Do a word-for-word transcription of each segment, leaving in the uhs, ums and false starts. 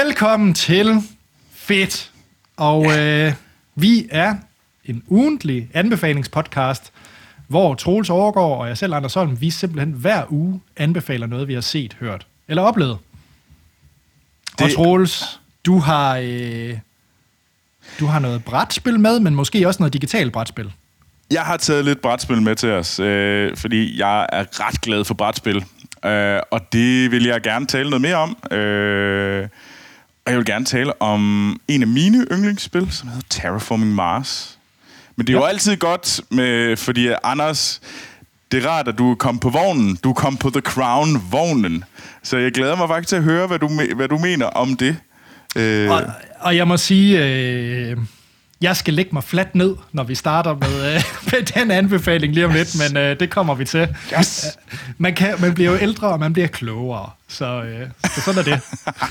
Velkommen til Fedt. Og ja. øh, vi er en ugentlig anbefalingspodcast, hvor Troels Overgaard og jeg selv, Anders Holm, vi simpelthen hver uge anbefaler noget, vi har set, hørt eller oplevet. Det... Og Troels, du har, øh, du har noget brætspil med, men måske også noget digitalt brætspil. Jeg har taget lidt brætspil med til os, øh, fordi jeg er ret glad for brætspil. Øh, og det vil jeg gerne tale noget mere om. Øh, og jeg vil gerne tale om en af mine yndlingsspil, som hedder Terraforming Mars. Men det er ja. jo altid godt, med, fordi Anders, det er rart, at du kom på vognen. Du kom på The Crown-vognen. Så jeg glæder mig faktisk til at høre, hvad du, hvad du mener om det. Øh. Og, og jeg må sige... Øh Jeg skal lægge mig fladt ned, når vi starter med, øh, med den anbefaling lige om lidt, yes. men øh, det kommer vi til. Yes. Man, kan, man bliver jo ældre, og man bliver klogere, så, øh, så sådan er det.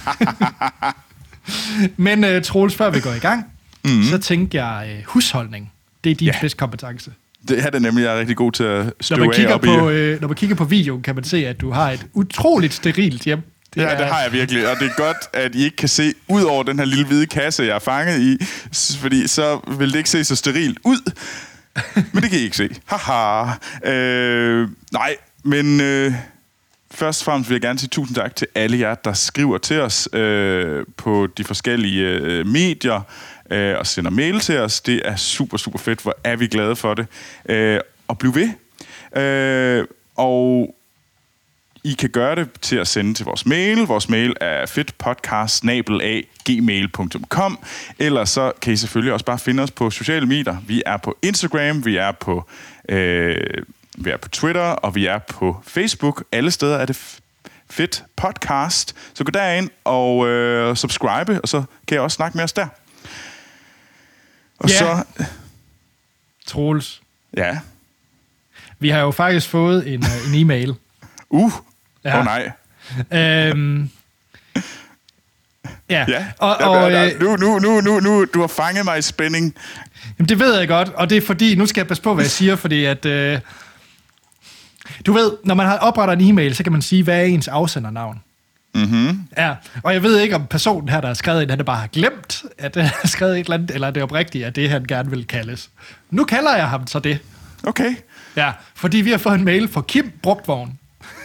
Men øh, Troels, før vi går i gang, mm-hmm. så tænker jeg øh, husholdning. Det er din yeah. spidskompetence. Det er det nemlig, jeg er rigtig god til at støve når man kigger af op på, i. Øh, når man kigger på videoen, kan man se, at du har et utroligt sterilt hjem. Det ja, er... det har jeg virkelig, og det er godt, at I ikke kan se ud over den her lille hvide kasse, jeg er fanget i, fordi så vil det ikke se så sterilt ud. Men det kan I ikke se. Haha. Øh, nej, men øh, først og fremmest vil jeg gerne sige tusind tak til alle jer, der skriver til os øh, på de forskellige øh, medier øh, og sender mail til os. Det er super, super fedt. Hvor er vi glade for det. Øh, og bliv ved. Øh, og... I kan gøre det til at sende til vores mail. Vores mail er fedtpodcast bindestreg gmail punktum com. Ellers så kan I selvfølgelig også bare finde os på sociale medier. Vi er på Instagram, vi er på, øh, vi er på Twitter, og vi er på Facebook. Alle steder er det Fedt Podcast. Så gå derind og øh, subscribe, og så kan jeg også snakke med os der. Og ja. så... Troels. Ja? Vi har jo faktisk fået en, en e-mail. Uh! Åh ja. oh, nej. Øhm, ja, ja. og, og øh, nu, nu, nu, nu, nu, du har fanget mig i spænding. Jamen, det ved jeg godt, og det er fordi, nu skal jeg passe på, hvad jeg siger, fordi at, øh, du ved, når man har oprettet en e-mail, så kan man sige, hvad er ens afsendernavn? Mhm. Ja, og jeg ved ikke, om personen her, der har skrevet ind, han bare har glemt, at han har skrevet et eller andet, eller det er oprigtigt, at det han gerne vil kaldes. Nu kalder jeg ham så det. Okay. Ja, fordi vi har fået en mail fra Kim Brugtvogn.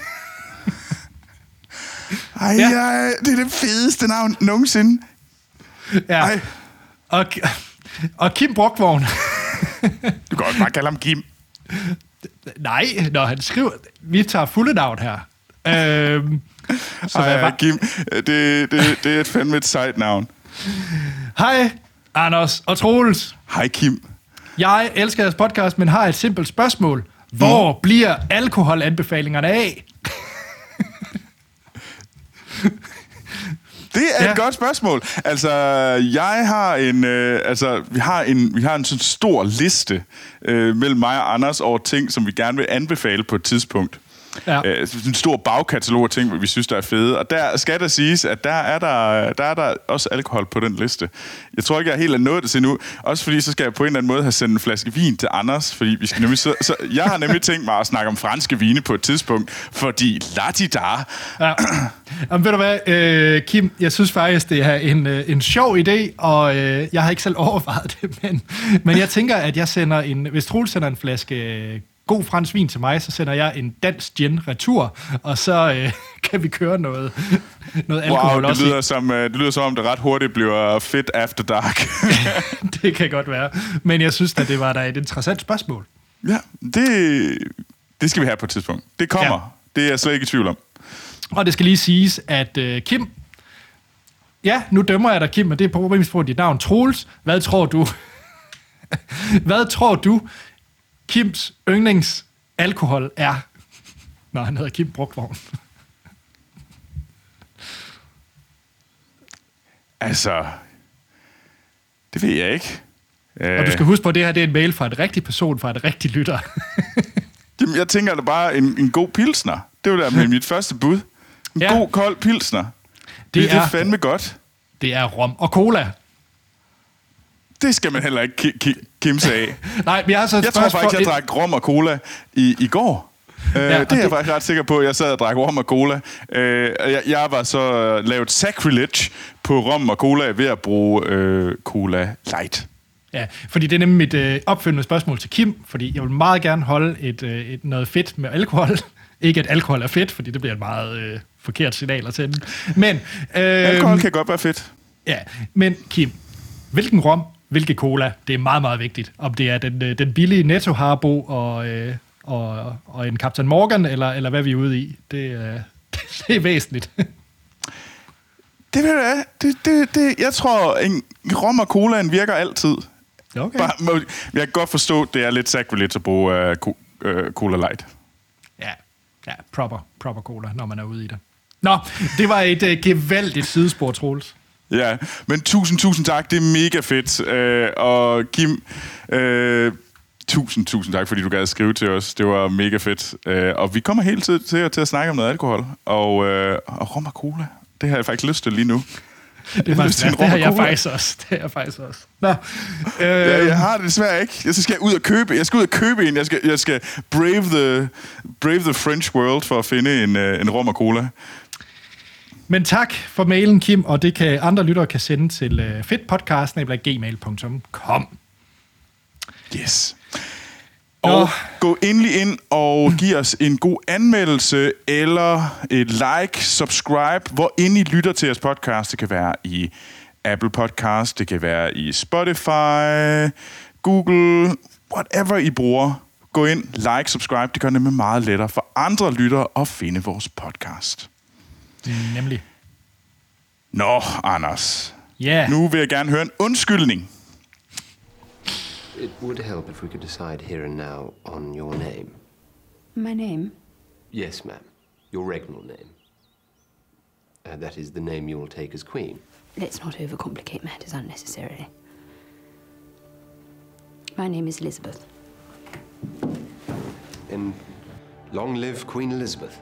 Ej, ja. Ja, det er det fedeste navn nogensinde. Ja, Ej. Og, og Kim Brugtvogn. Du kan også bare kalde ham Kim. Nej, når han skriver... Vi tager fulde navn her. Øhm, så Ej, bare... Kim, det, det, det er et fandme et sejt navn. Hej, Anders og Troels. Hej, Kim. Jeg elsker jeres podcast, men har et simpelt spørgsmål. Hvor mm. bliver alkoholanbefalingerne af? Det er ja. et godt spørgsmål. Altså, jeg har en, øh, altså, vi har en, vi har en sådan stor liste øh, mellem mig og Anders over ting, som vi gerne vil anbefale på et tidspunkt. Ja. Øh, en stor bagkatalog af ting, vi synes, der er fede. Og der skal der siges, at der er der, der er der også alkohol på den liste. Jeg tror ikke, jeg helt er nået det til nu. Også fordi, så skal jeg på en eller anden måde have sendt en flaske vin til Anders. Fordi vi skal nemlig så, så jeg har nemlig tænkt mig at snakke om franske vine på et tidspunkt. Fordi la-di-da. Ja. Jamen, ved du hvad, øh, Kim, jeg synes faktisk, det er en, øh, en sjov idé, og øh, jeg har ikke selv overvejet det, men, men jeg tænker, at jeg sender en, hvis Troels sender en flaske øh, god fransk vin til mig, så sender jeg en dansk gin retur, og så øh, kan vi køre noget, noget alkohol wow, også. Det lyder, som, det lyder som om, det ret hurtigt bliver fedt after dark. Det kan godt være, men jeg synes at det var da et interessant spørgsmål. Ja, det, det skal vi have på et tidspunkt. Det kommer, ja. Det er jeg slet ikke i tvivl om. Og det skal lige siges, at øh, Kim... Ja, nu dømmer jeg dig, Kim, men det er problemet på dit navn. Troels, hvad tror du? Hvad tror du, Kims yndlingsalkohol er, når han hedder Kim Brugtvogn? Altså... Det ved jeg ikke. Og du skal huske på, at det her det er en mail fra en rigtig person, fra en rigtig lytter. Jamen, jeg tænker da bare en, en god pilsner. Det var da mit første bud. En ja. god, kold pilsner. Det, det, er, det er fandme godt. Det er rom og cola. Det skal man heller ikke ki- ki- kimse af. Nej, men jeg har så et Jeg tror faktisk, jeg drak rom og cola i, i går. Øh, Ja, det er det- jeg faktisk ret sikker på. Jeg sad og drak rom og cola. Øh, jeg, jeg var så lavet sacrilege på rom og cola ved at bruge øh, Cola Light. Ja, fordi det er nemlig mit øh, opfølgende spørgsmål til Kim, fordi jeg vil meget gerne holde et, øh, et noget fedt med alkohol. Ikke at alkohol er fedt, fordi det bliver et meget øh, forkert signal at sende. Men, øh, Alkohol kan godt være fedt. ja, men Kim, hvilken rom, hvilke cola, det er meget, meget vigtigt. Om det er den, øh, den billige Netto Harbo og, øh, og, og en Captain Morgan, eller, eller hvad vi er ude i, det, øh, det er væsentligt. Det ved du hvad? Det, det, det, jeg tror, en rom og colaen virker altid. Okay. Bare, må- jeg kan godt forstå, at det er lidt sacrilege at bruge uh, co- uh, Cola Light. Ja, ja proper, proper cola, når man er ude i det. Nå, det var et øh, gevaldigt sidespor, Troels. Ja, men tusind, tusind tak. Det er mega fedt. Uh, og Kim, uh, tusind, tusind tak, fordi du gad at skrive til os. Det var mega fedt. Uh, og vi kommer hele tiden til, til at snakke om noget alkohol. Og, uh, og rom og cola. Det har jeg faktisk lyst til lige nu. Det, var, lyst til en det har rom og jeg cola. faktisk også. Det har jeg faktisk også. Nå, øh, Ja, jeg har det desværre ikke. Jeg skal ud og købe. Jeg skal ud og købe en. Jeg skal, jeg skal brave the brave the French world for at finde en, uh, en rom og cola. Men tak for mailen, Kim, og det kan andre lyttere kan sende til uh, fedtpodcast snabel-a gmail punktum com. Yes. Nå. Og gå endelig ind og giv os en god anmeldelse, eller et like, subscribe, hvor end I lytter til jeres podcast. Det kan være i Apple Podcast, det kan være i Spotify, Google, whatever I bruger. Gå ind, like, subscribe. Det gør det nemlig meget lettere for andre lyttere at finde vores podcast. Nemlig. Nå, Anders. Ja. Yeah. Nu vil jeg gerne høre en undskyldning. It would help if we could decide here and now on your name. My name? Yes, ma'am. Your regnal name. Uh, that is the name you will take as queen. Let's not overcomplicate matters unnecessarily. My name is Elizabeth. And long live Queen Elizabeth.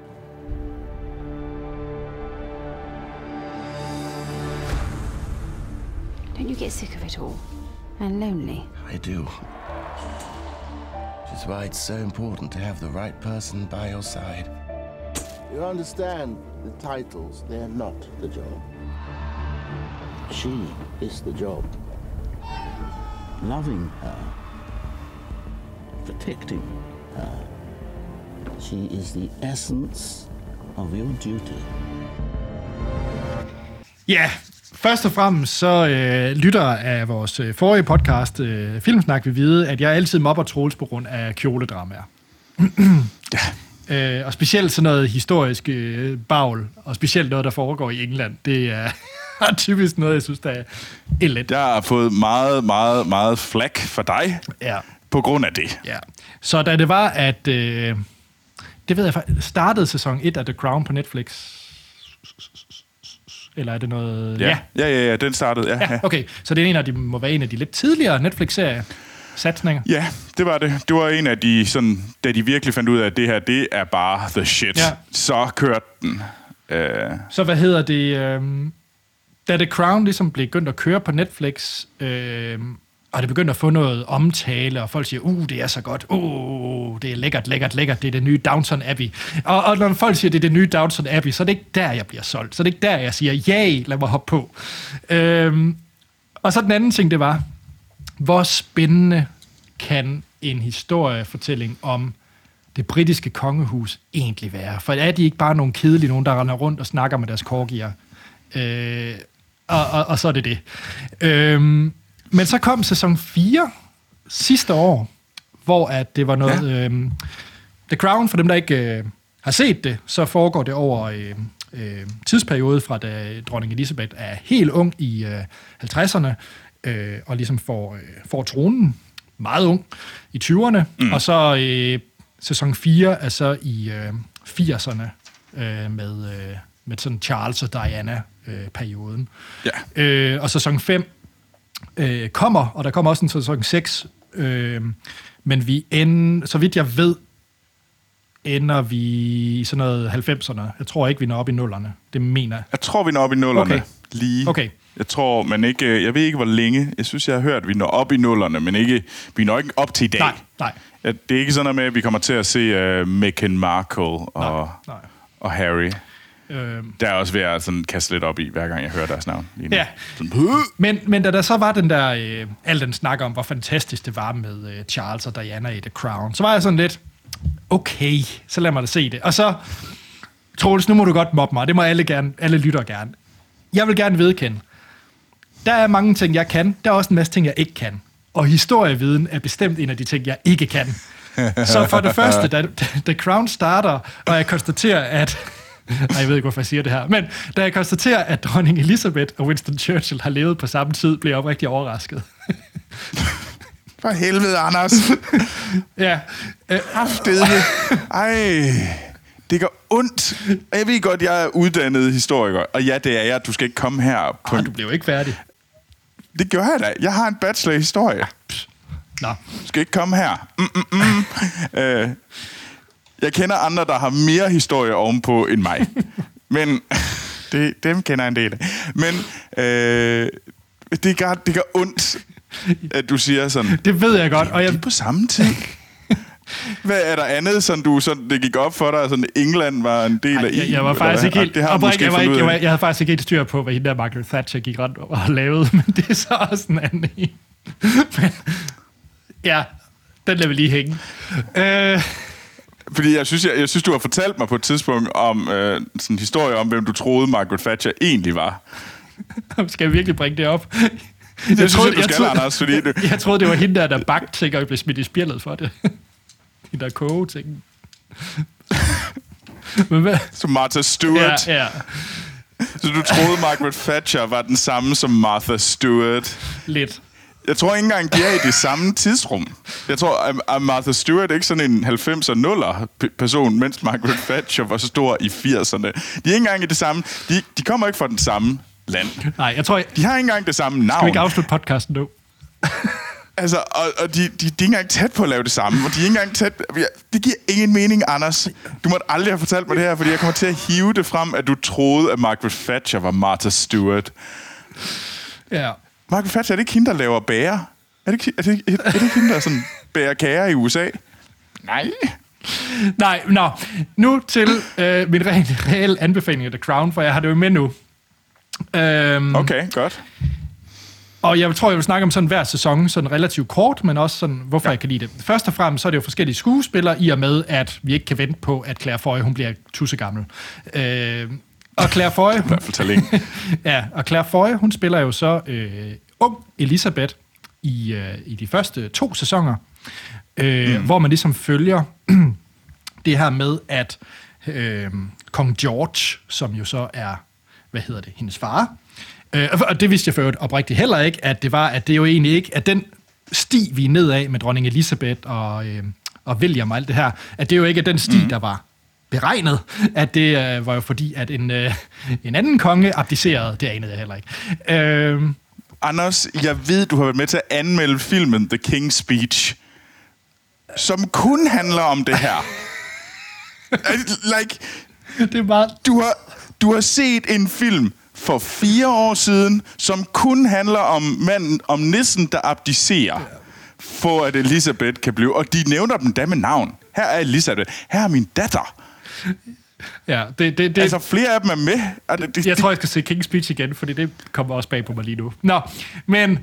Don't you get sick of it all? And lonely? I do. Which is why it's so important to have the right person by your side. You understand, the titles, they're not the job. She is the job. Loving her, protecting her. She is the essence of your duty. Ja, først og fremmest så øh, lytter af vores øh, forrige podcast, øh, Filmsnak, vil vide, at jeg altid mobber Troels på grund af kjoledramaer. øh, og specielt sådan noget historisk øh, bagl, og specielt noget, der foregår i England, det er typisk noget, jeg synes, der er elendigt. Jeg har fået meget, meget, meget flak for dig Ja. på grund af det. Ja. Så da det var, at øh, det ved jeg faktisk, startede sæson et af The Crown på Netflix, eller er det noget... Ja, ja, ja, ja den startede. Ja, Ja, ja. okay. Så det er en af de, må være en af de lidt tidligere Netflix-serier, satsninger. Ja, det var det. Det var en af de, sådan, da de virkelig fandt ud af, at det her, det er bare the shit. Ja. Så kørte den. Uh, Så hvad hedder det? Øh, da The Crown ligesom blev begyndt at køre på Netflix, øh, og det begyndte at få noget omtale, og folk siger, uh, det er så godt, uh, det er lækkert, lækkert, lækkert, det er det nye Downton Abbey. Og, og når folk siger, det er det nye Downton Abbey, så er det ikke der, jeg bliver solgt. Så er det ikke der, jeg siger, ja, lad mig hoppe på. Øh, og så den anden ting, det var, hvor spændende kan en historiefortælling om det britiske kongehus egentlig være? For er de ikke bare nogle kedelige nogen, der render rundt og snakker med deres korgier? Øh, og, og, og så er det det. Øh, men så kom sæson fire sidste år, hvor at det var noget... Ja. Øh, The Crown, for dem, der ikke øh, har set det, så foregår det over øh, øh, tidsperiode fra da dronning Elizabeth er helt ung i øh, halvtredserne, øh, og ligesom får, øh, får tronen, meget ung, i tyverne, mm. og så øh, sæson fire er så i øh, firserne øh, med, øh, med sådan Charles og Diana-perioden. ja. Øh, og sæson fem øh, kommer, og der kommer også en sæson seks, øh, men vi ender, så vidt jeg ved, ender vi i sådan noget halvfemserne. Jeg tror ikke, vi når op i nullerne. Det mener jeg. Jeg tror, vi når op i nullerne. Okay. Lige. Okay. Jeg tror, men ikke... Jeg ved ikke, hvor længe. Jeg synes, jeg har hørt, at vi når op i nullerne, men ikke, vi når ikke op til i dag. Nej, nej. Ja, det er ikke sådan noget med, at vi kommer til at se uh, Meghan Markle og, Nej, nej. og Harry. Øhm. Der er også ved at sådan kaste lidt op i, hver gang jeg hører deres navn. Ja, men, men da der så var den der, øh, al den snak om, hvor fantastisk det var med øh, Charles og Diana i The Crown, så var jeg sådan lidt, okay, så lad mig da se det. Og så, Troels, nu må du godt mobbe mig, det må alle, gerne, alle lytter gerne. Jeg vil gerne vedkende. Der er mange ting, jeg kan, der er også en masse ting, jeg ikke kan. Og historieviden er bestemt en af de ting, jeg ikke kan. Så for det første, da The Crown starter, og jeg konstaterer, at... Nej, jeg ved ikke, hvorfor jeg siger det her. Men da jeg konstaterer, at dronning Elizabeth og Winston Churchill har levet på samme tid, blev jeg oprigtig overrasket. For helvede, Anders. Ja. Haftedeme. Ej, det gør ondt. Jeg ved godt, jeg er uddannet historiker. Og ja, det er jeg. Du skal ikke komme her på... Arh, du blev ikke færdig. Det gør jeg da. Jeg har en bachelor i historie. Nå. Du skal ikke komme her. Mm, mm, mm. øh, jeg kender andre, der har mere historie ovenpå end mig. Men det, dem kender jeg en del af. Men øh, det, gør, det gør ondt, at du siger sådan... Det ved jeg godt. Og jeg... på samme tid. Hvad er der andet, sådan du sådan det gik op for dig, sådan England var en del af I U? Jeg, jeg var faktisk ikke helt... Det har Oprik, jeg, var ikke, jeg, var, jeg, jeg havde faktisk ikke helt styr på, hvad hende der Margaret Thatcher gik rundt og lavede, men det er så også en anden en. Men, ja, den lader vi lige hænge. Øh... Fordi jeg synes, jeg, jeg synes, du har fortalt mig på et tidspunkt om øh, sådan en historie om, hvem du troede Margaret Thatcher egentlig var. Skal jeg virkelig bringe det op? Jeg, jeg synes, troede, du skal, troede, Anders, fordi det... Jeg troede, det var hende der, der bagte ting, og blev smidt i spjældet for det. De der koge-ting. Men hvad? Som Martha Stewart. Ja, ja. Så du troede, Margaret Thatcher var den samme som Martha Stewart? Lidt. Jeg tror ikke engang, de er i det samme tidsrum. Jeg tror, at Martha Stewart er ikke sådan en halvfemser nuller person, mens Margaret Thatcher var så stor i firserne. De er ikke engang i det samme. De, de kommer ikke fra den samme land. Nej, jeg tror... Jeg... De har ikke engang det samme navn. Skal vi ikke afslutte podcasten nu? Altså, og, og de, de, de er ikke engang tæt på at lave det samme, og de er ikke engang tæt... Det giver ingen mening, Anders. Du måtte aldrig have fortalt mig det her, fordi jeg kommer til at hive det frem, at du troede, at Margaret Thatcher var Martha Stewart. Ja. Margaret Thatcher, er det ikke hende, der laver bager? Er det ikke, er det, er det ikke hende, der sådan bager kager i U S A? Nej. Nej, nå. Nu til øh, min re- reelle anbefaling af The Crown, for jeg har det jo med nu. Øhm, okay, godt. Og jeg tror, jeg vil snakke om sådan hver sæson, sådan relativt kort, men også sådan, hvorfor ja. jeg kan lide det. Først og fremmest så er det jo forskellige skuespillere, i og med, at vi ikke kan vente på, at Claire Foy, hun bliver tussegammel. Øh, og Claire Foy... I hvert fald så længe. Ja, og Claire Foy, hun spiller jo så øh, ung Elizabeth i, øh, i de første to sæsoner, øh, mm. hvor man ligesom følger det her med, at øh, kong George, som jo så er, hvad hedder det, hendes far, øh, og det vidste jeg for øvrigt oprigtigt heller ikke, at det var, at det jo egentlig ikke, at den sti, vi er nedad med dronning Elizabeth og, øh, og William og alt det her, at det jo ikke er den sti, mm. der var beregnet, at det øh, var jo fordi, at en, øh, en anden konge abdicerede. Det anede jeg heller ikke. Øh, Anders, jeg ved, du har været med til at anmelde filmen The King's Speech, som kun handler om det her. like, det er bare... Du har, du har set en film for fire år siden, som kun handler om manden, om nissen, der abdicerer, for at Elizabeth kan blive... Og de nævner dem da med navn. Her er Elizabeth. Her er min datter. Ja, det, det, det, altså, flere af dem er med. Det, det, jeg tror, jeg skal se King's Speech igen, fordi det kommer også bag på mig lige nu. Nå, men...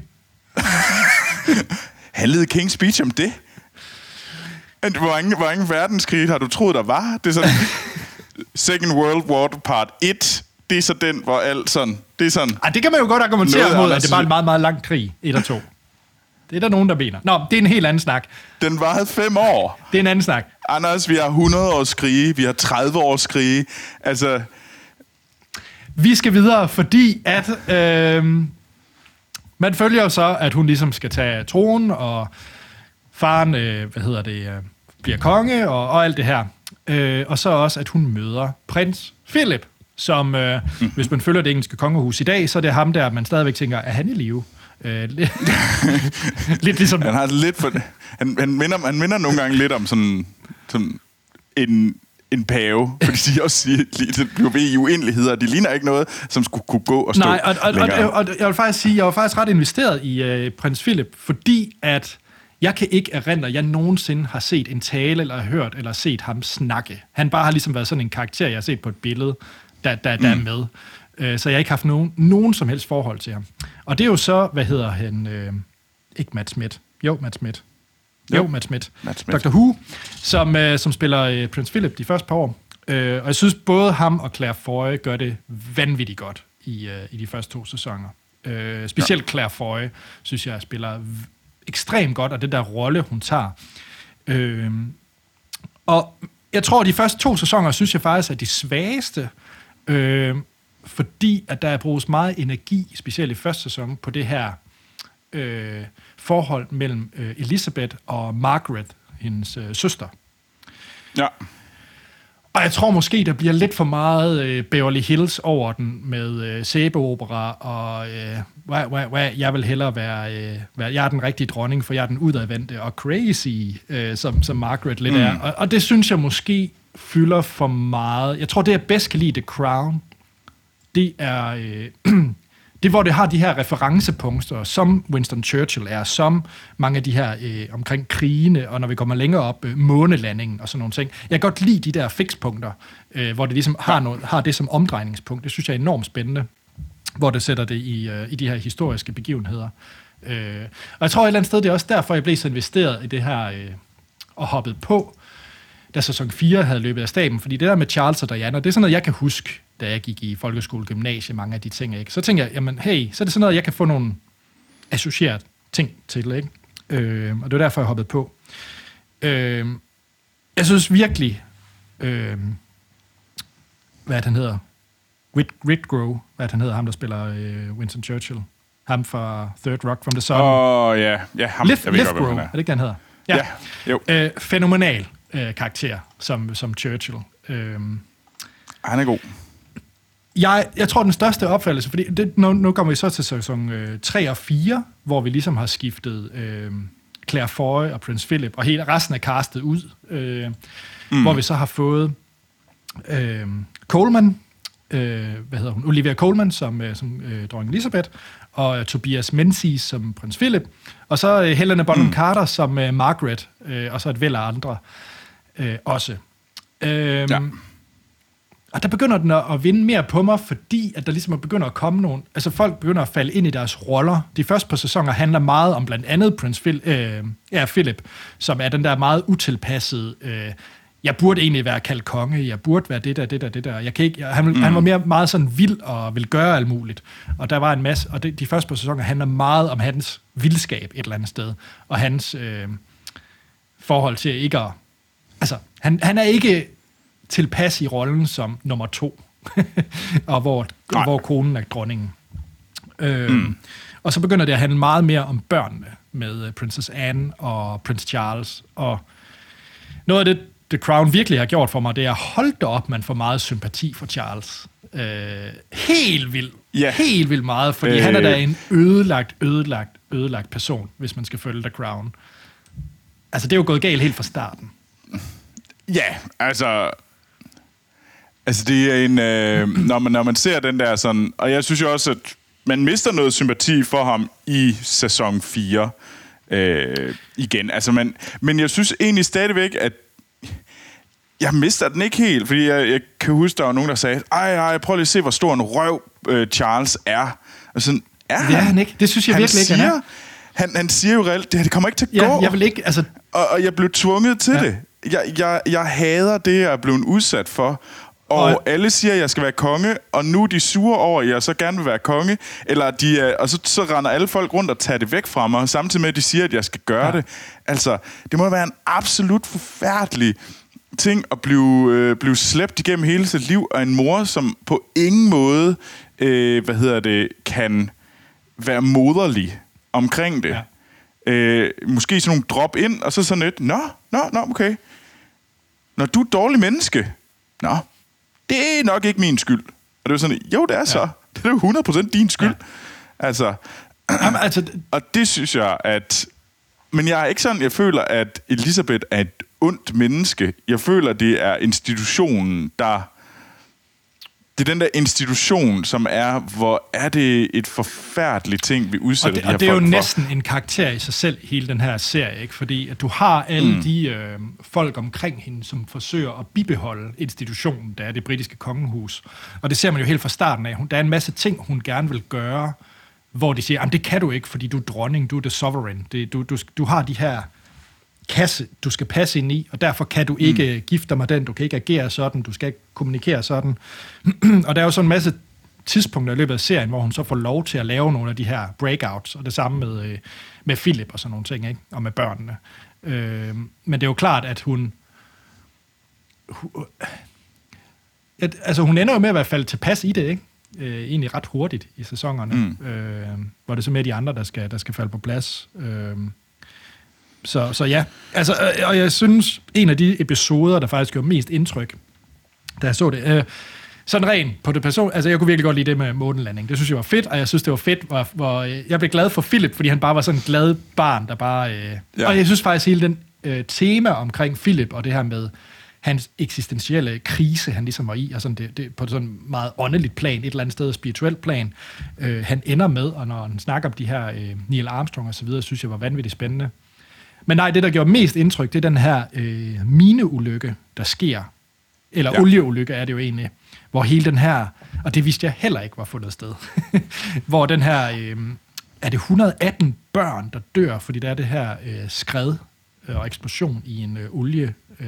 Handlede King's Speech om det? Hvor mange, hvor mange verdenskrig har du troet, der var? Det er sådan... Second World War Part et. Det er så den, hvor alt sådan... Det er sådan... Ej, det kan man jo godt argumentere mod, at det var en meget, meget lang krig. Et og to. Det er der nogen, der mener. Nå, det er en helt anden snak. Den varede fem år. Det er en anden snak. Anders, vi har hundrede års krige, vi har tredive års krige. Altså... Vi skal videre, fordi at... Øh, man følger jo så, at hun ligesom skal tage tronen, og faren, øh, hvad hedder det, øh, bliver konge, og, og alt det her. Øh, og så også, at hun møder prins Philip, som, øh, mm. hvis man følger det engelske kongehus i dag, så er det ham der, man stadigvæk tænker, er han i live? Øh, lidt, lidt ligesom... Han har lidt for... Han, han, minder, han minder nogle gange lidt om sådan, sådan en, en pave, fordi de også siger, at de bliver ved i uendeligheder, og de ligner ikke noget, som skulle kunne gå og stå. Nej, og, og, og, og, og jeg vil faktisk sige, jeg var faktisk ret investeret i uh, prins Philip, fordi at jeg kan ikke erindre, at jeg nogensinde har set en tale, eller hørt, eller set ham snakke. Han bare har ligesom været sådan en karakter, jeg har set på et billede, der, der, der mm. er med. Uh, så jeg har ikke haft nogen, nogen som helst forhold til ham. Og det er jo så, hvad hedder han? Uh, ikke Matt Smith. Jo, Matt Smith. Jo, jo Matt Smith. Matt Smith. doktor Who, som, uh, som spiller uh, prins Philip de første par år. Uh, og jeg synes, både ham og Claire Foy gør det vanvittigt godt i, uh, i de første to sæsoner. Uh, specielt ja. Claire Foy, synes jeg, spiller ekstremt godt, og det der rolle, hun tager. Uh, og jeg tror, at de første to sæsoner, synes jeg faktisk, er de svageste, uh, fordi at der er bruges meget energi, specielt i første sæson, på det her uh, forhold mellem uh, Elizabeth og Margaret, hendes uh, søster. Ja. Og jeg tror måske, der bliver lidt for meget øh, Beverly Hills over den med øh, sæbeopera, og øh, wah, wah, wah, jeg vil hellere være, øh, være, jeg er den rigtige dronning, for jeg er den udadvendte og crazy, øh, som, som Margaret lidt mm. er. Og, og det synes jeg måske fylder for meget. Jeg tror, det jeg bedst kan lide The Crown, det er... Øh, det, hvor det har de her referencepunkter, som Winston Churchill er, som mange af de her øh, omkring krigene, og når vi kommer længere op, øh, månelandingen og sådan nogle ting. Jeg kan godt lide de der fikspunkter, øh, hvor det ligesom har, noget, har det som omdrejningspunkt. Det synes jeg er enormt spændende, hvor det sætter det i, øh, i de her historiske begivenheder. Øh, og jeg tror et eller andet sted, det er også derfor, jeg blev så investeret i det her øh, og hoppet på, da sæson fire havde løbet af staben. Fordi det der med Charles og Diana, det er sådan noget, jeg kan huske, da jeg gik i folkeskole, gymnasie, mange af de ting, ikke? Så tænker jeg, jamen hey, så er det sådan noget, jeg kan få nogle associeret ting til, ikke? Øh, og det er derfor, jeg hoppede på. Øh, jeg synes virkelig, øh, hvad han hedder, Whit, Whitgrove, hvad han hedder, ham der spiller øh, Winston Churchill, ham fra Third Rock from the Sun. Åh, oh, ja, ja, ham. Liv, jeg ved Livgrove, godt, er. er det ikke, den hedder? Ja, ja jo. Øh, fænomenal øh, karakter, som, som Churchill. Øh, Han er god. Jeg, jeg tror, den største opfattelse, fordi det, nu, nu kommer vi så til sæson øh, tre og fire, hvor vi ligesom har skiftet øh, Claire Foy og Prince Philip, og hele resten er castet ud, øh, mm. hvor vi så har fået øh, Coleman, øh, hvad hedder hun, Olivia Coleman som, øh, som øh, dronning Elizabeth, og øh, Tobias Menzies som Prins Philip, og så øh, Helena Bonham mm. Carter som øh, Margaret, øh, og så et væld af andre øh, også. Øh, ja. Og der begynder den at vinde mere på mig, fordi at der ligesom begynder at komme nogle... Altså folk begynder at falde ind i deres roller. De første par sæsoner handler meget om blandt andet Prince Phil, øh, ja, Philip, som er den der meget utilpassede... Øh, jeg burde egentlig være kaldt konge, jeg burde være det der, det der, det der. Jeg kan ikke, jeg, han, mm. han var mere meget sådan vild og ville gøre alt muligt. Og der var en masse... Og det, de første par sæsoner handler meget om hans vildskab et eller andet sted. Og hans øh, forhold til ikke at... Altså, han, han er ikke... tilpas i rollen som nummer to, og hvor, hvor konen er dronningen. Øhm, mm. Og så begynder det at handle meget mere om børnene, med Princess Anne og Prince Charles. Og noget af det, The Crown virkelig har gjort for mig, det er, hold da op, man får meget sympati for Charles. Øh, helt vildt. Yeah. Helt vildt meget, fordi øh. han er da en ødelagt, ødelagt, ødelagt person, hvis man skal følge The Crown. Altså, det er jo gået galt helt fra starten. Ja, altså... Altså, det er en... Øh, når, man, når man ser den der sådan... Og jeg synes jo også, at man mister noget sympati for ham i sæson fire øh, igen. Altså, man, men jeg synes egentlig stadigvæk, at jeg mister den ikke helt, fordi jeg, jeg kan huske, der var nogen, der sagde, ej, ej, prøv lige at se, hvor stor en røv øh, Charles er. Og sådan, er han? Det er han ikke. Det synes jeg han virkelig siger, ikke, han er. Han, han siger jo reelt, det, det kommer ikke til at ja, gå. Jeg vil ikke, altså... Og, og jeg blev tvunget til ja. det. Jeg, jeg, jeg hader det, jeg er blevet udsat for. Og, og alle siger, at jeg skal være konge, og nu er de sure over, at jeg så gerne vil være konge. Eller de, og så, så render alle folk rundt og tager det væk fra mig, samtidig med, at de siger, at jeg skal gøre ja. det. Altså, det må være en absolut forfærdelig ting at blive, øh, blive slæbt igennem hele sit liv af en mor, som på ingen måde, øh, hvad hedder det, kan være moderlig omkring det. Ja. Øh, måske sådan nogle drop ind, og så sådan lidt, nå, nå, nå, okay. Når du er et dårligt menneske, nå, det er nok ikke min skyld. Og det er sådan, jo, det er så. Ja. Det er jo hundrede procent din skyld. Ja. Altså, Jamen, altså, og det synes jeg, at men jeg er ikke sådan, jeg føler, at Elizabeth er et ondt menneske. Jeg føler, det er institutionen, der... Det er den der institution, som er, hvor er det et forfærdeligt ting, vi udsætter og det, de her og det er folk jo for. næsten en karakter i sig selv, hele den her serie, ikke? Fordi at du har alle mm. de øh, folk omkring hende, som forsøger at bibeholde institutionen, der er det britiske kongehus. Og det ser man jo helt fra starten af. Der er en masse ting, hun gerne vil gøre, hvor de siger, det kan du ikke, fordi du er dronning, du er the sovereign. Det, du, du, du har de her kasse, du skal passe ind i, og derfor kan du ikke mm. gifte dig med den, du kan ikke agere sådan, du skal ikke kommunikere sådan. Og der er jo så en masse tidspunkter i løbet af serien, hvor hun så får lov til at lave nogle af de her breakouts, og det samme med, med Philip og sådan nogle ting, ikke? Og med børnene. Øh, men det er jo klart, at hun... hun at, altså, hun ender jo med at være faldet tilpas i det, ikke? Øh, egentlig ret hurtigt i sæsonerne, mm. øh, hvor det så med de andre, der skal, der skal falde på plads. Øh, Så, så ja, altså, og jeg synes, en af de episoder, der faktisk gjorde mest indtryk, da jeg så det, øh, sådan rent på det person, altså jeg kunne virkelig godt lide det med månelanding. Det synes jeg var fedt, og jeg synes, det var fedt, hvor, hvor jeg blev glad for Philip, fordi han bare var sådan en glad barn, der bare... Øh, ja. Og jeg synes faktisk, hele den øh, tema omkring Philip, og det her med hans eksistentielle krise, han ligesom var i, og sådan det, det, på sådan et meget åndeligt plan, et eller andet sted spirituelt plan, øh, han ender med, og når han snakker om de her øh, Neil Armstrong og så videre, synes jeg var vanvittigt spændende. Men nej, det, der gjorde mest indtryk, det er den her øh, mineulykke, der sker. Eller ja. olieulykke er det jo egentlig. Hvor hele den her, og det vidste jeg heller ikke var fundet sted, hvor den her, øh, er det et hundrede og atten børn, der dør, fordi der er det her øh, skred øh, og eksplosion i en øh, olie, øh,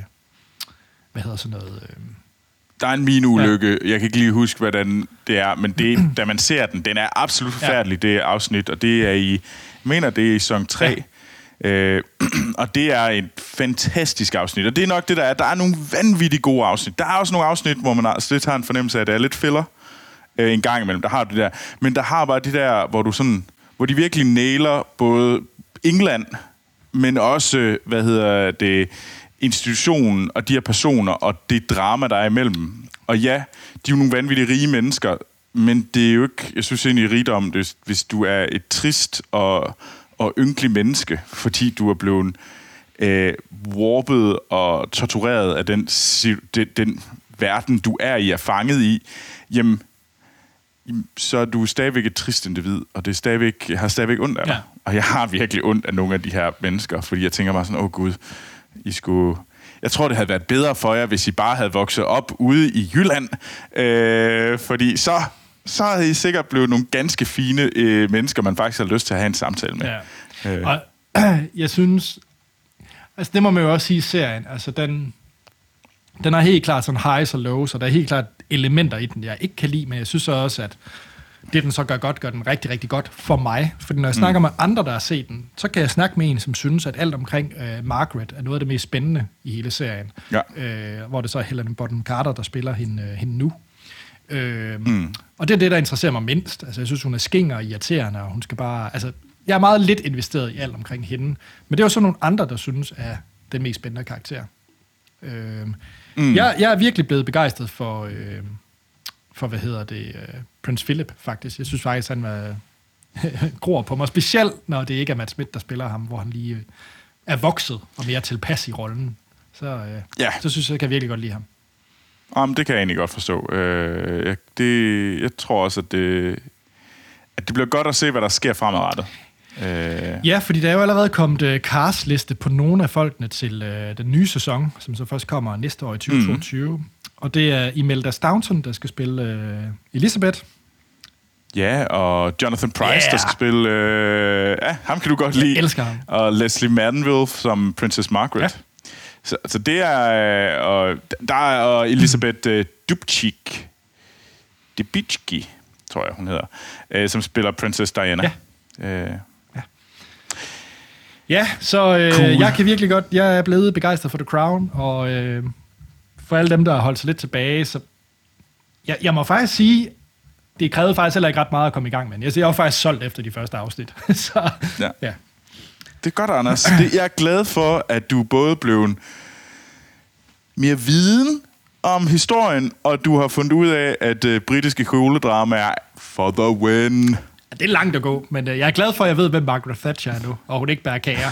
hvad hedder sådan noget... Øh, Der er en mineulykke. Ja. Jeg kan ikke lige huske, hvordan det er, men det, da man ser den, den er absolut forfærdelig, ja. Det afsnit, og det er i, jeg mener, det er i sæson tre. Ja. Øh, og det er et fantastisk afsnit, og det er nok det, der er. Der er nogle vanvittigt gode afsnit. Der er også nogle afsnit, hvor man lidt har en fornemmelse af, at det er lidt filler øh, en gang imellem. Der har det der. Men der har bare det der, hvor du sådan, hvor de virkelig nailer både England, men også, hvad hedder det, institutionen og de her personer, og det drama, der er imellem. Og ja, de er jo nogle vanvittigt rige mennesker, men det er jo ikke, jeg synes egentlig rigdom, det, hvis du er et trist og og ynkelig menneske, fordi du er blevet øh, warpet og tortureret af den, den, den verden, du er i, er fanget i, jamen, så er du stadigvæk et trist individ, og det er stadigvæk, jeg har stadigvæk ondt af dig. Ja. Og jeg har virkelig ondt af nogle af de her mennesker, fordi jeg tænker bare sådan, åh gud, I skulle... Jeg tror, det havde været bedre for jer, hvis I bare havde vokset op ude i Jylland, øh, fordi så... så havde I sikkert blevet nogle ganske fine øh, mennesker, man faktisk har lyst til at have en samtale med. Ja. Øh. Og jeg synes, altså det må man jo også sige i serien, altså den, den har helt klart sådan highs og lows, og der er helt klart elementer i den, jeg ikke kan lide, men jeg synes også, at det, den så gør godt, gør den rigtig, rigtig godt for mig. Fordi når jeg snakker mm. med andre, der har set den, så kan jeg snakke med en, som synes, at alt omkring øh, Margaret er noget af det mest spændende i hele serien. Ja. Øh, hvor det så er Helena Bonham Carter, der spiller hende, øh, hende nu. Øh, mm. Og det er det, der interesserer mig mindst. Altså, jeg synes, hun er skinger og irriterende, og hun skal bare... Altså, jeg er meget lidt investeret i alt omkring hende. Men det er jo så nogle andre, der synes, er den mest spændende karakter. Øh, mm. jeg, jeg er virkelig blevet begejstret for... Øh, for, hvad hedder det, uh, Prince Philip, faktisk. Jeg synes faktisk, han var gror på mig. Specielt, når det ikke er Matt Smith, der spiller ham, hvor han lige er vokset og mere tilpas i rollen. Så, uh, ja. så synes jeg, jeg kan virkelig godt lide ham. Jamen, det kan jeg egentlig godt forstå. Uh, jeg, det, jeg tror også, at det, at det bliver godt at se, hvad der sker fremadrettet. Uh... Ja, fordi der er jo allerede kommet uh, castliste på nogle af folkene til uh, den nye sæson, som så først kommer næste år i tyve toogtyve. Mm. Og det er Imelda Staunton, der skal spille øh, Elizabeth. Ja, og Jonathan Pryce, yeah. der skal spille... Øh, ja, ham kan du godt lide. Jeg elsker ham. Og Leslie Manville som Princess Margaret. Ja. Så, så det er... Og, der er og Elizabeth øh, Dubček. Dubčki, tror jeg, hun hedder. Øh, som spiller Princess Diana. Ja. Øh. Ja. Ja, så øh, cool. Jeg kan virkelig godt... Jeg er blevet begejstret for The Crown, og... Øh, for alle dem, der har holdt sig lidt tilbage, så jeg, jeg må faktisk sige, det krævede faktisk heller ikke ret meget at komme i gang med. Jeg, jeg var faktisk solgt efter de første afsnit. så, ja. ja. Det er godt, Anders. Det, jeg er glad for, at du både blev mere viden om historien, og du har fundet ud af, at uh, britiske kjoledrama er for the win. Ja, det er langt at gå, men øh, jeg er glad for, at jeg ved, hvem Margaret Thatcher er nu, og hun ikke bærer kager.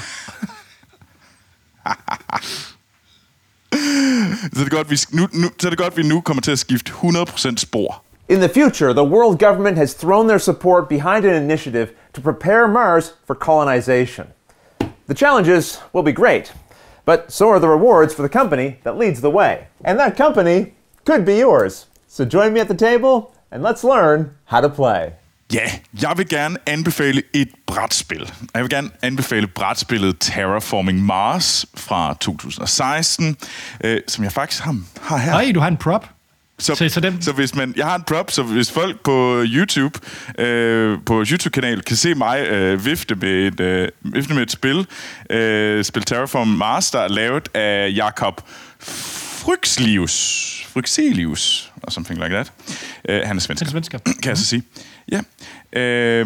så, er det godt, vi, nu, nu, så er det godt, vi nu kommer til at skifte hundrede procent spor. In the future, the world government has thrown their support behind an initiative to prepare Mars for colonization. The challenges will be great, but so are the rewards for the company that leads the way. And that company could be yours. So join me at the table, and let's learn how to play. Ja, jeg vil gerne anbefale et brætspil. Jeg vil gerne anbefale brætspillet Terraforming Mars fra to tusind og seksten, øh, som jeg faktisk har, har her. Nej, du har en prop. Så, så, så, dem... så hvis man, jeg har en prop, så hvis folk på YouTube, øh, på YouTube-kanal kan se mig øh, vifte, med et, øh, vifte med et spil, øh, spil Terraforming Mars, der er lavet af Jakob Fryxelius, Fryxelius, or something like that. Øh, han er svensker, svensker. kan jeg så sige. Ja. Øh,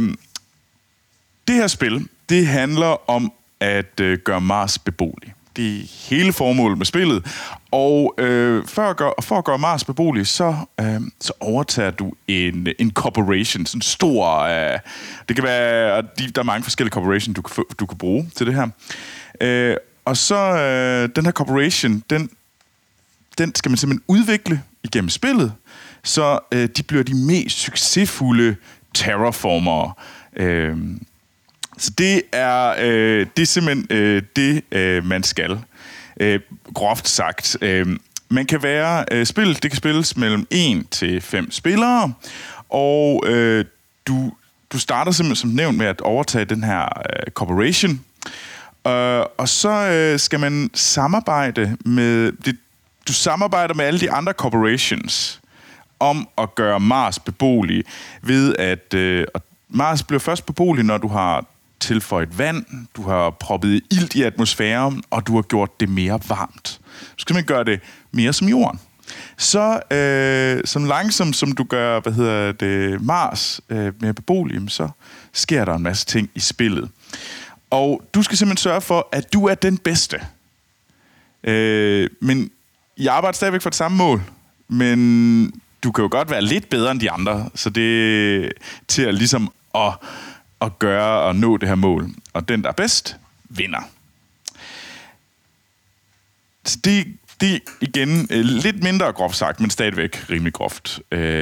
det her spil, det handler om at øh, gøre Mars beboelig. Det er hele formålet med spillet. Og øh, for, at gøre, for at gøre Mars beboelig, så, øh, så overtager du en, en corporation, sådan en stor... Øh, det kan være... De, der er mange forskellige corporation, du kan, du kan bruge til det her. Øh, og så øh, den her corporation, den, den skal man simpelthen udvikle igennem spillet, så øh, de bliver de mest succesfulde terraformere. Øh, så det er, øh, det er simpelthen øh, det, øh, man skal. Øh, groft sagt. Øh, man kan være... Øh, spillet, det kan spilles mellem en til fem spillere, og øh, du, du starter simpelthen som nævnt med at overtage den her øh, corporation, øh, og så øh, skal man samarbejde med... Det, du samarbejder med alle de andre corporations om at gøre Mars beboelig, ved at øh, Mars bliver først beboelig, når du har tilføjet vand, du har proppet ilt i atmosfæren, og du har gjort det mere varmt. Så skal man gøre det mere som jorden. Så øh, som langsomt som du gør, hvad hedder det, Mars øh, mere beboelig, så sker der en masse ting i spillet. Og du skal simpelthen sørge for, at du er den bedste. Øh, men jeg arbejder stadigvæk for det samme mål, men du kan jo godt være lidt bedre end de andre, så det er til at ligesom at, at gøre og nå det her mål. Og den, der er bedst, vinder. Så det, det er igen lidt mindre groft sagt, men stadigvæk rimelig groft.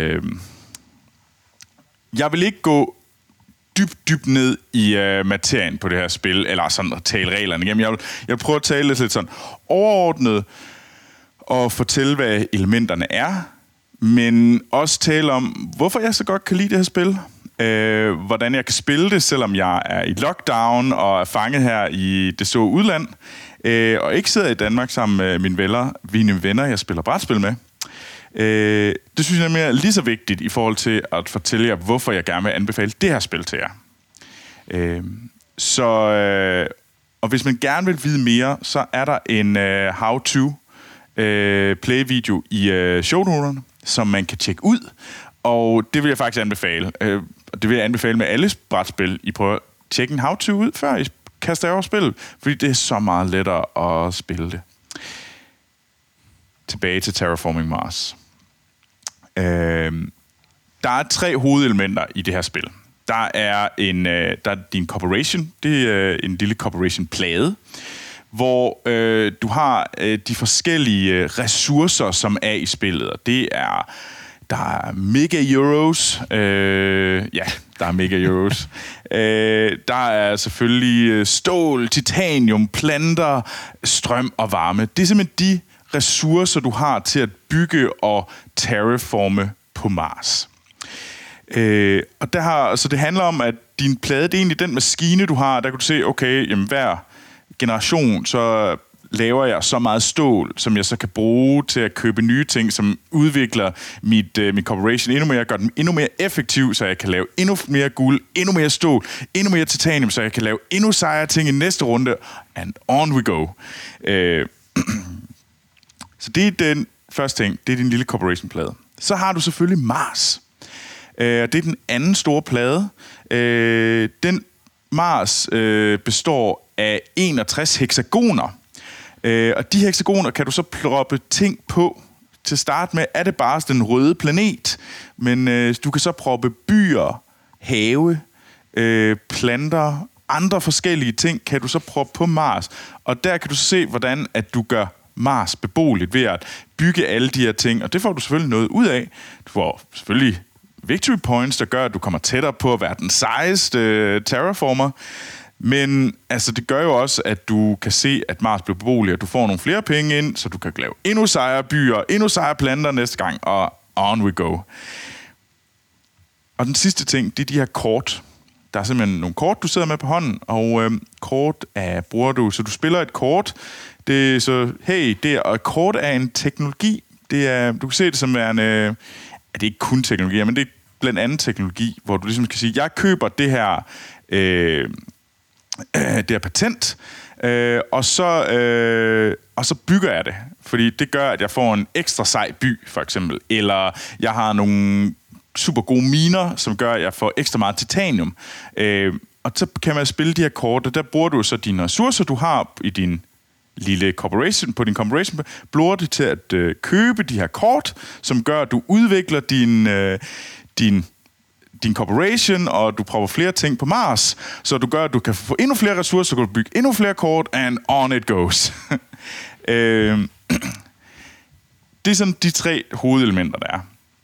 Jeg vil ikke gå dybt, dybt ned i uh, materien på det her spil, eller sådan at tale reglerne igennem. Jeg vil, jeg vil prøve at tale lidt sådan overordnet og fortælle, hvad elementerne er, men også tale om, hvorfor jeg så godt kan lide det her spil, øh, hvordan jeg kan spille det, selvom jeg er i lockdown og er fanget her i det så udland, øh, og ikke sidder i Danmark sammen med mine venner, mine venner jeg spiller brætspil med. Øh, det synes jeg er mere lige så vigtigt i forhold til at fortælle jer, hvorfor jeg gerne vil anbefale det her spil til jer. Øh, så, øh, og hvis man gerne vil vide mere, så er der en øh, how-to øh, play-video i øh, shownoterne, som man kan tjekke ud, og det vil jeg faktisk anbefale. Øh, det vil jeg anbefale med alle brætspil. I prøver at tjekke en how-to ud, før I kaster over spil, fordi det er så meget lettere at spille det. Tilbage til Terraforming Mars. Øh, der er tre hovedelementer i det her spil. Der er en, øh, der er din corporation. Det er en lille corporation-plade, hvor øh, du har øh, de forskellige ressourcer, som er i spillet. Og det er, der er mega euros. Øh, ja, der er mega euros. øh, der er selvfølgelig stål, titanium, planter, strøm og varme. Det er simpelthen de ressourcer, du har til at bygge og terraforme på Mars. Øh, og der har, så det handler om, at din plade, det er egentlig den maskine, du har. Der kan du se, okay, jamen hver generation, så laver jeg så meget stål, som jeg så kan bruge til at købe nye ting, som udvikler mit, uh, mit corporation endnu mere, gør den endnu mere effektiv, så jeg kan lave endnu mere guld, endnu mere stål, endnu mere titanium, så jeg kan lave endnu sejere ting i næste runde, and on we go. Uh, så det er den første ting, det er din lille corporation-plade. Så har du selvfølgelig Mars. Uh, det er den anden store plade. Uh, den Mars uh, består af enogtres hexagoner. Øh, og de hexagoner kan du så ploppe ting på. Til start med er det bare den røde planet, men øh, du kan så proppe byer, have, øh, planter, andre forskellige ting, kan du så prøve på Mars. Og der kan du se, hvordan at du gør Mars beboeligt ved at bygge alle de her ting. Og det får du selvfølgelig noget ud af. Du får selvfølgelig victory points, der gør, at du kommer tættere på at være den sejeste øh, terraformer. Men altså, det gør jo også, at du kan se, at Mars bliver beboelig, og du får nogle flere penge ind, så du kan lave endnu sejere byer, endnu sejere planter næste gang, og on we go. Og den sidste ting, det er de her kort. Der er simpelthen nogle kort, du sidder med på hånden, og øhm, kort er, bruger du, så du spiller et kort. Det er så, hey, det er, og et kort er en teknologi. Det er, du kan se det som en, øh, det er ikke kun teknologi, men det er blandt andet teknologi, hvor du ligesom kan sige, jeg køber det her, øh, det her patent, øh, og, så, øh, og så bygger jeg det. Fordi det gør, at jeg får en ekstra sej by, for eksempel. Eller jeg har nogle super gode miner, som gør, at jeg får ekstra meget titanium. Øh, og så kan man spille de her kort, og der bruger du så dine ressourcer, du har i din lille corporation, på din corporation, bruger det til at øh, købe de her kort, som gør, at du udvikler din, øh, din, din corporation, og du prøver flere ting på Mars, så du gør, at du kan få endnu flere ressourcer, så kan du bygge endnu flere kort, and on it goes. øh, det er sådan de tre hovedelementer, der er.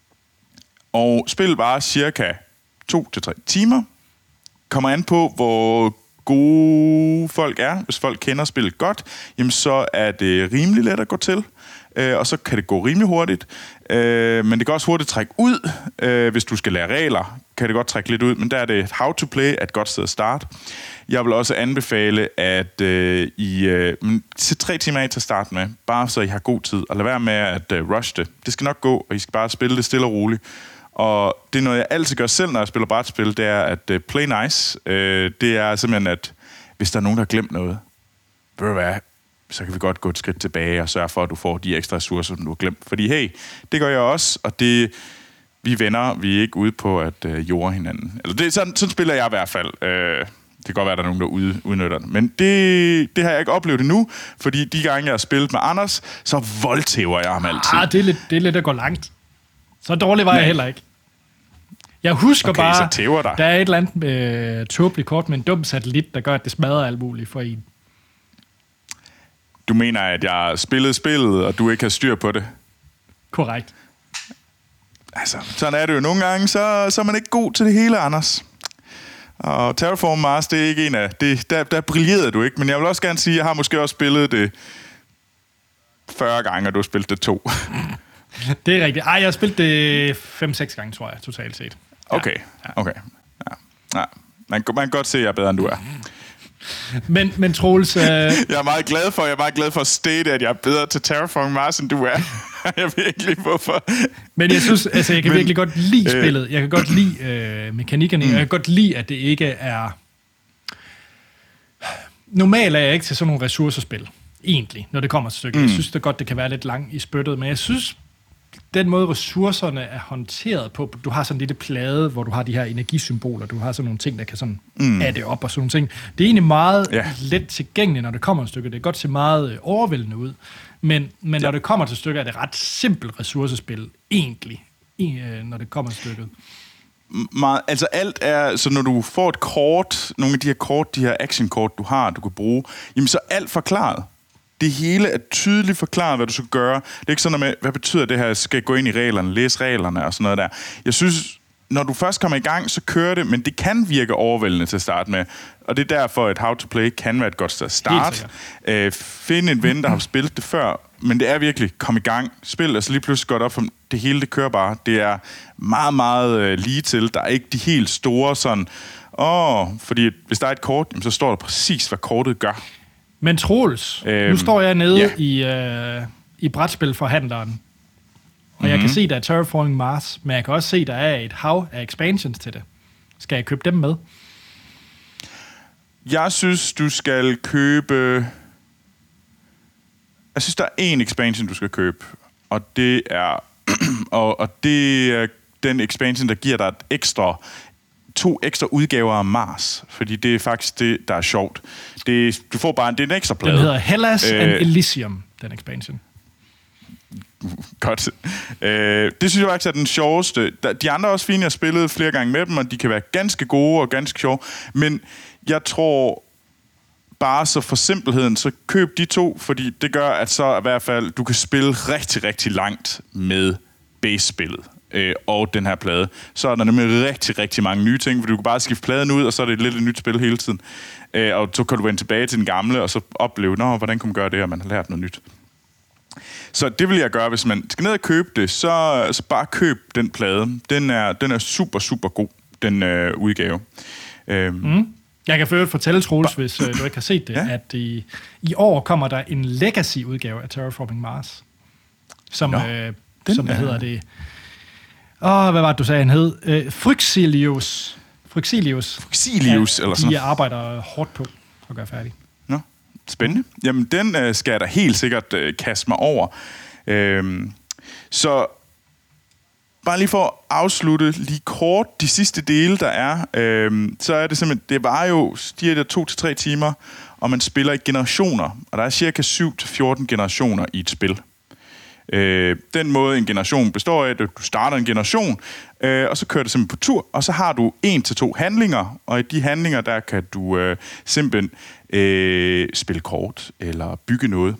Og spillet varer cirka to til tre timer. Kommer an på, hvor gode folk er. Hvis folk kender spillet godt, jamen så er det rimelig let at gå til. Øh, og så kan det gå rimelig hurtigt. Øh, men det kan også hurtigt trække ud. Øh, hvis du skal lære regler, kan det godt trække lidt ud. Men der er det how to play et godt sted at starte. Jeg vil også anbefale, at øh, I øh, sæt tre timer af til at starte med. Bare så I har god tid. Og lad være med at øh, rush det. Det skal nok gå, og I skal bare spille det stille og roligt. Og det er noget, jeg altid gør selv, når jeg spiller brætspil, det er at uh, play nice. Uh, det er simpelthen, at hvis der er nogen, der har glemt noget, ved du hvad, så kan vi godt gå et skridt tilbage og sørge for, at du får de ekstra ressourcer, som du har glemt. Fordi hey, det gør jeg også, og det, vi er venner, vi er ikke ude på at uh, jorde hinanden. Eller det, sådan, sådan spiller jeg i hvert fald. Uh, det kan godt være, at der er nogen, der ude, udnytter den. Men det, det har jeg ikke oplevet endnu, fordi de gange, jeg har spillet med Anders, så voldtæver jeg ham altid. Ah, det er lidt, det er lidt at gå langt. Så dårlig var Nej. jeg heller ikke. Jeg husker okay, bare, der er et eller andet øh, tåbeligt kort med en dum satellit, der gør, at det smadrer alt muligt for en. Du mener, at jeg spillede spillet, og du ikke har styr på det? Korrekt. Altså, sådan er det jo nogle gange, så, så er man ikke god til det hele, Anders. Og Terraform Mars, det er ikke en af... Det, der, der brillerede du ikke, men jeg vil også gerne sige, at jeg har måske også spillet det fyrre gange, og du har spillet det to. Det er rigtigt. Ej, jeg har spillet det fem seks gange, tror jeg, totalt set. Ja. Okay, okay. Ja. Ja. Man, man kan godt se, at jeg er bedre, end du er. Men, men Troels... Øh... jeg er meget glad for, jeg er meget glad for at state, at jeg er bedre til Terraforming Mars, end du er. Jeg ved ikke lige, hvorfor. Men jeg synes, altså, jeg kan men, virkelig godt lide spillet. Jeg kan godt lide øh, mekanikkerne. Mm. Jeg kan godt lide, at det ikke er... Normalt er jeg ikke til sådan nogle ressourcespil, egentlig, når det kommer til stykket. Mm. Jeg synes det godt, det kan være lidt langt i spyttet, men jeg synes, den måde ressourcerne er håndteret på, du har sådan en lille plade, hvor du har de her energisymboler, du har sådan nogle ting, der kan sådan mm. adde op og sådan nogle ting. Det er egentlig meget yeah. let tilgængeligt, når det kommer et stykke. Det kan godt se meget overvældende ud, men, men yeah. når det kommer til stykket, er det ret simpelt ressourcespil, egentlig, når det kommer til stykket. Meget, altså alt er, så når du får et kort, nogle af de her kort, de her actionkort, du har, du kan bruge, jamen så er alt forklaret. Det hele er tydeligt forklaret, hvad du skal gøre. Det er ikke sådan med, hvad betyder det her, jeg skal gå ind i reglerne, læse reglerne og sådan noget der. Jeg synes, når du først kommer i gang, så kører det, men det kan virke overvældende til at starte med. Og det er derfor, at How to Play kan være et godt sted at starte. Øh, find en ven, der har spillet det før, men det er virkelig, kom i gang, spil, og så lige pludselig godt op, for det hele, det kører bare. Det er meget, meget øh, lige til. Der er ikke de helt store sådan, åh, fordi hvis der er et kort, jamen, så står der præcis, hvad kortet gør. Men Troels, øhm, nu står jeg nede yeah. i, øh, i brætspilforhandleren, og mm-hmm. jeg kan se, der er Terraforming Mars, men jeg kan også se, der er et hav af expansions til det. Skal jeg købe dem med? Jeg synes, du skal købe... Jeg synes, der er én expansion, du skal købe, og det er, og, og det er den expansion, der giver dig et ekstra... to ekstra udgaver af Mars, fordi det er faktisk det, der er sjovt. Det, du får bare en, det er en ekstra plade. Den hedder Hellas øh, and Elysium, den expansion. godt. Øh, det synes jeg faktisk er den sjoveste. De andre er også fine, jeg har spillet flere gange med dem, og de kan være ganske gode og ganske sjove. Men jeg tror bare så for simpelheden, så køb de to, fordi det gør, at så i hvert fald, du kan spille rigtig, rigtig langt med base-spillet øh, og den her plade. Så er der nemlig rigtig, rigtig mange nye ting, fordi du kan bare skifte pladen ud, og så er det lidt et nyt spil hele tiden. Øh, og så kan du vende tilbage til den gamle, og så opleve, nå, hvordan kan man gøre det, og man har lært noget nyt. Så det vil jeg gøre, hvis man skal ned og købe det, så, så bare køb den plade. Den er, den er super, super god, den øh, udgave. Øh, mm. Jeg kan for fortælle, Troels, hvis øh, du ikke har set det, ja? at i, i år kommer der en legacy-udgave af Terraforming Mars, som, øh, som hvad hedder det? Åh, hvad var det, du sagde, han hed? Øh, Fryxelius. Fryxelius. Fryxelius, ja, eller sådan. De arbejder hårdt på at gøre færdig. Nå, spændende. Jamen, den øh, skal jeg da helt sikkert øh, kaste mig over. Øhm, så bare lige for at afslutte lige kort de sidste dele, der er, øhm, så er det simpelthen, det var jo de her to til tre timer, og man spiller i generationer, og der er cirka syv til fjorten generationer i et spil. Øh, den måde, en generation består af, at du starter en generation, øh, og så kører det simpelthen på tur, og så har du en til to handlinger, og i de handlinger, der kan du øh, simpelthen øh, spille kort, eller bygge noget.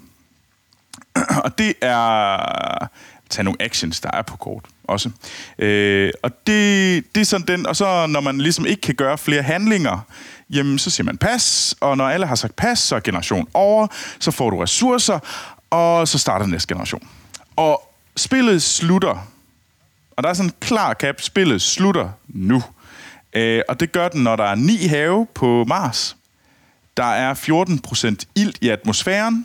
Og det er tage nogle actions, der er på kort også. Øh, og det, det er sådan den, og så når man ligesom ikke kan gøre flere handlinger, jamen så siger man pas, og når alle har sagt pas, så er generation over, så får du ressourcer, og så starter næste generation. Og spillet slutter, og der er sådan en klar cap, spillet slutter nu. Øh, og det gør den, når der er ni have på Mars, der er fjorten procent ilt i atmosfæren,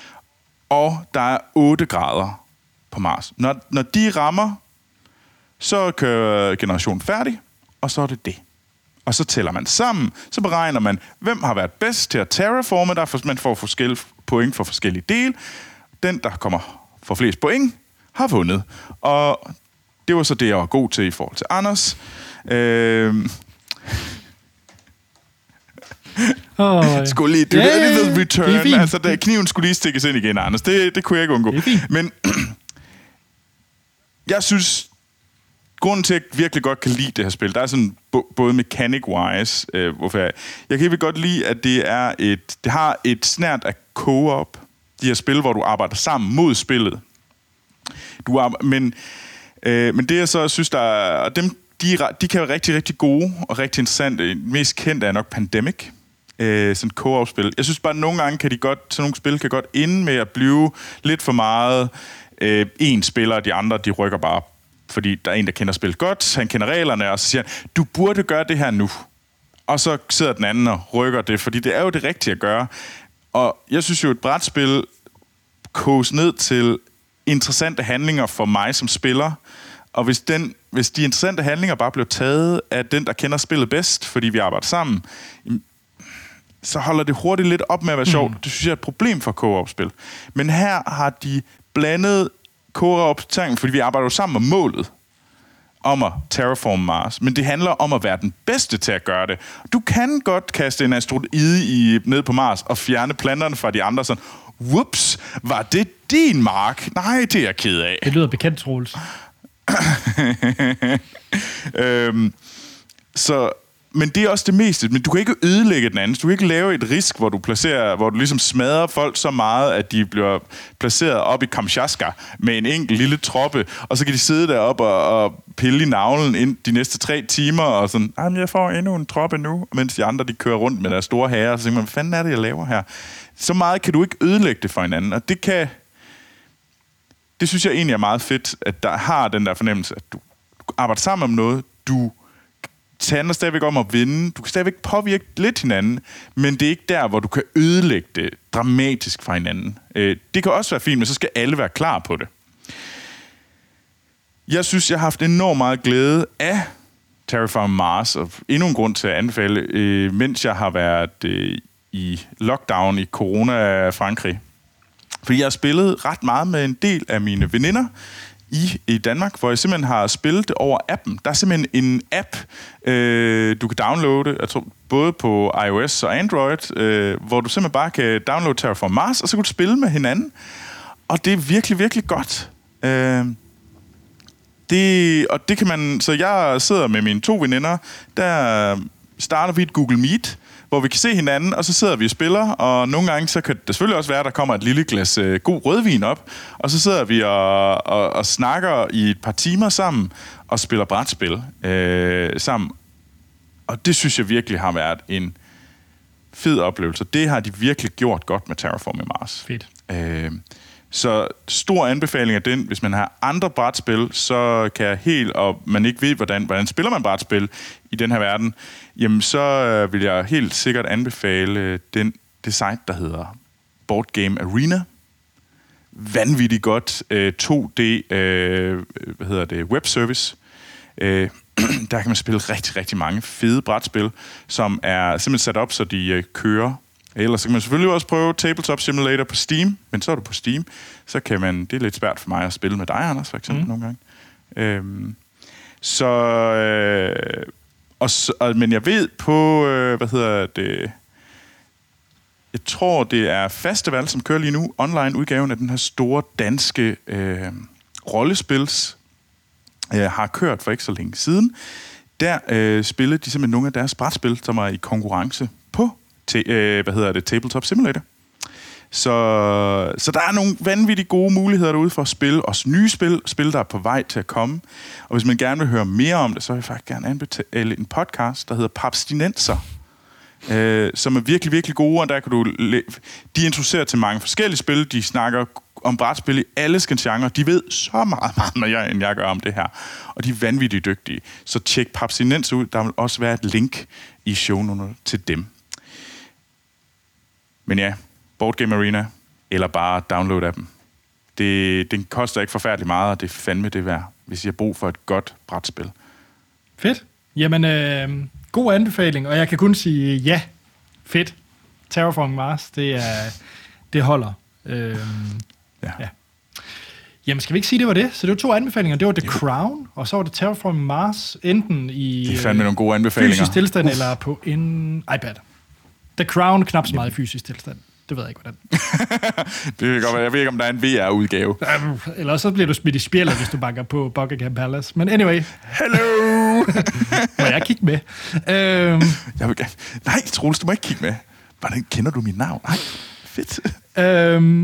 og der er otte grader på Mars. Når, når de rammer, så kører generationen færdig, og så er det det. Og så tæller man sammen, så beregner man, hvem har været bedst til at terraforme, der for, man får forskellige point for forskellige dele. Den, der kommer for flest point, har vundet. Og det var så det, jeg var god til i forhold til Anders. Øh... Oh, skulle lige, det ja, er lige the return. det er altså, der, kniven skulle lige stikkes ind igen, Anders. Det, det kunne jeg ikke undgå. Men jeg synes, grunden til, at jeg virkelig godt kan lide det her spil, der er sådan b- både mechanic-wise, øh, hvorfor jeg, jeg kan virkelig godt lide, at det er et, det har et snært af co-op, de her spil, hvor du arbejder sammen mod spillet. Du arbejder, men, øh, men det jeg så synes, der er, dem, de, de kan være rigtig, rigtig gode og rigtig interessante. Mest kendt er nok Pandemic, øh, sådan et co-op-spil. Jeg synes bare, at nogle gange kan de godt, sådan nogle spil kan godt ende med at blive lidt for meget øh, en spiller, og de andre, de rykker bare, fordi der er en, der kender spillet godt, han kender reglerne, og så siger han, du burde gøre det her nu. Og så sidder den anden og rykker det, fordi det er jo det rigtige at gøre. Og jeg synes jo, et brætspil koges ned til interessante handlinger for mig som spiller, og hvis, den, hvis de interessante handlinger bare bliver taget af den, der kender spillet bedst, fordi vi arbejder sammen, så holder det hurtigt lidt op med at være sjovt. Mm. Det synes jeg er et problem for co-op-spil. Men her har de blandet co-op-ting, fordi vi arbejder jo sammen om målet, om at terraforme Mars, men det handler om at være den bedste til at gøre det. Du kan godt kaste en asteroide i, ned på Mars og fjerne planterne fra de andre, sådan, whoops, var det din mark? Nej, det er jeg ked af. Det lyder bekendt, Troels. øhm, så, men det er også det meste. Men du kan ikke ødelægge den anden. Du kan ikke lave et risk, hvor du placerer, hvor du ligesom smadrer folk så meget, at de bliver placeret op i Kamchatka med en enkelt lille troppe, og så kan de sidde deroppe og, og pille i navlen ind de næste tre timer, og sådan, jamen jeg får endnu en troppe nu, mens de andre, de kører rundt med deres store herrer, og så tænker man, hvad fanden er det, jeg laver her? Så meget kan du ikke ødelægge det for hinanden, og det kan... Det synes jeg egentlig er meget fedt, at der har den der fornemmelse, at du, du arbejder sammen om noget, du handler stadigvæk om at vinde, du kan stadigvæk påvirke lidt hinanden, men det er ikke der, hvor du kan ødelægge det dramatisk fra hinanden. Det kan også være fint, men så skal alle være klar på det. Jeg synes, jeg har haft enormt meget glæde af Terraforming Mars, og endnu en grund til at anbefale, mens jeg har været i lockdown i corona-Frankrig. Fordi jeg har spillet ret meget med en del af mine veninder i, i Danmark, hvor jeg simpelthen har spillet det over appen. Der er simpelthen en app, øh, du kan downloade, jeg tror, både på iOS og Android, øh, hvor du simpelthen bare kan downloade Terraform Mars, og så kan du spille med hinanden. Og det er virkelig, virkelig godt. Øh, det, og det kan man... Så jeg sidder med mine to veninder, der starter vi et Google Meet, hvor vi kan se hinanden, og så sidder vi og spiller, og nogle gange, så kan det selvfølgelig også være, at der kommer et lille glas øh, god rødvin op, og så sidder vi og, og, og snakker i et par timer sammen, og spiller brætspil øh, sammen. Og det synes jeg virkelig har været en fed oplevelse. Det har de virkelig gjort godt med Terraforming Mars. Fedt. Øh, så stor anbefaling af den. Hvis man har andre brætspil, så kan jeg helt, og man ikke ved, hvordan, hvordan spiller man brætspil i den her verden, jamen så øh, vil jeg helt sikkert anbefale den, det site, der hedder Board Game Arena. Vanvittigt godt øh, to D øh, hvad hedder det, webservice. Øh, der kan man spille rigtig, rigtig mange fede brætspil, som er simpelthen sat op, så de øh, kører. Ellers så kan man selvfølgelig også prøve Tabletop Simulator på Steam, men så er du på Steam, så kan man, det er lidt svært for mig at spille med dig, Anders, for eksempel, mm. nogle gange. Øhm, så, øh, og, og, men jeg ved på, øh, hvad hedder det, jeg tror, det er Festival, som kører lige nu, online-udgaven af den her store danske øh, rollespils, øh, har kørt for ikke så længe siden. Der øh, spillede de simpelthen nogle af deres brætspil, som er i konkurrence på Te, øh, hvad hedder det, Tabletop Simulator. Så, så der er nogle vanvittigt gode muligheder derude for at spille. Også nye spil, spil der er på vej til at komme. Og hvis man gerne vil høre mere om det, så vil jeg faktisk gerne anbefale en podcast, der hedder Papstinenser, øh, som er virkelig, virkelig gode, og der kan du... Le- de er introduceret til mange forskellige spil. De snakker om brætspil i alle genrer. De ved så meget, meget mere, end jeg gør om det her. Og de er vanvittigt dygtige. Så tjek Papstinenser ud. Der vil også være et link i shownoterne til dem. Men ja, Board Game Arena, eller bare download appen. Det, den koster ikke forfærdeligt meget, og det er fandme det værd, hvis I har brug for et godt brætspil. Fedt. Jamen, øh, god anbefaling, og jeg kan kun sige ja. Fedt. Terraforming Mars, det, er, det holder. Øh, ja. ja. Jamen, skal vi ikke sige, det var det? Så det var to anbefalinger. Det var The jo. Crown, og så var det Terraforming Mars, enten i det er fandme nogle gode anbefalinger. fysisk tilstand, Uf. eller på en iPad. The Crown, knap så meget i fysisk tilstand. Det ved jeg ikke, hvordan. Det vil godt være. Jeg ved ikke, om der er en V R-udgave. Eller så bliver du smidt i spjældet, hvis du banker på Buckingham Palace. Men anyway. Hello! Må jeg kigge med? Øhm. Jeg vil gerne... Nej, Troels, du må ikke kigge med. Hvordan kender du mit navn? Nej, fedt. Øhm.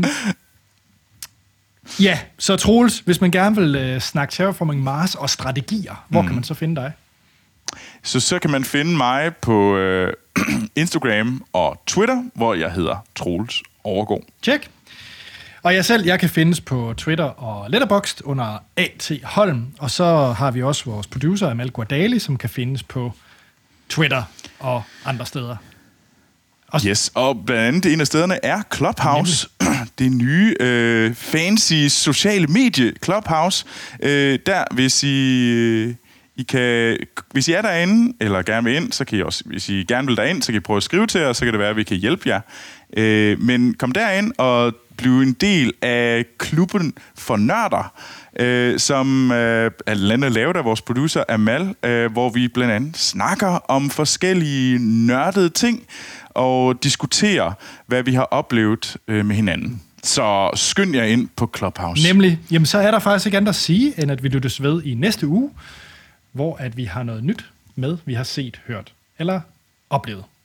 Ja, så Troels, hvis man gerne vil øh, snakke Terraforming Mars og strategier, hvor mm. kan man så finde dig? Så så kan man finde mig på øh, Instagram og Twitter, hvor jeg hedder Troels Overgaard. Tjek. Og jeg selv, jeg kan findes på Twitter og Letterboxd under A T Holm. Og så har vi også vores producer, Amal Guardali, som kan findes på Twitter og andre steder. Og yes, og blandt andet en af stederne er Clubhouse. Det nye øh, fancy sociale medie Clubhouse. Øh, der, hvis I... I kan, hvis I er derinde, eller gerne vil ind, så kan I også, hvis I gerne vil derind, så kan I prøve at skrive til os, så kan det være, at vi kan hjælpe jer. Øh, men kom derind og bliv en del af klubben for nørder, øh, som øh, er lavet af vores producer Amal, øh, hvor vi blandt andet snakker om forskellige nørdede ting, og diskuterer, hvad vi har oplevet øh, med hinanden. Så skynd jer ind på Clubhouse. Nemlig, jamen så er der faktisk ikke andet at sige, end at vi lyttes ved i næste uge, hvor at vi har noget nyt med, vi har set, hørt eller oplevet.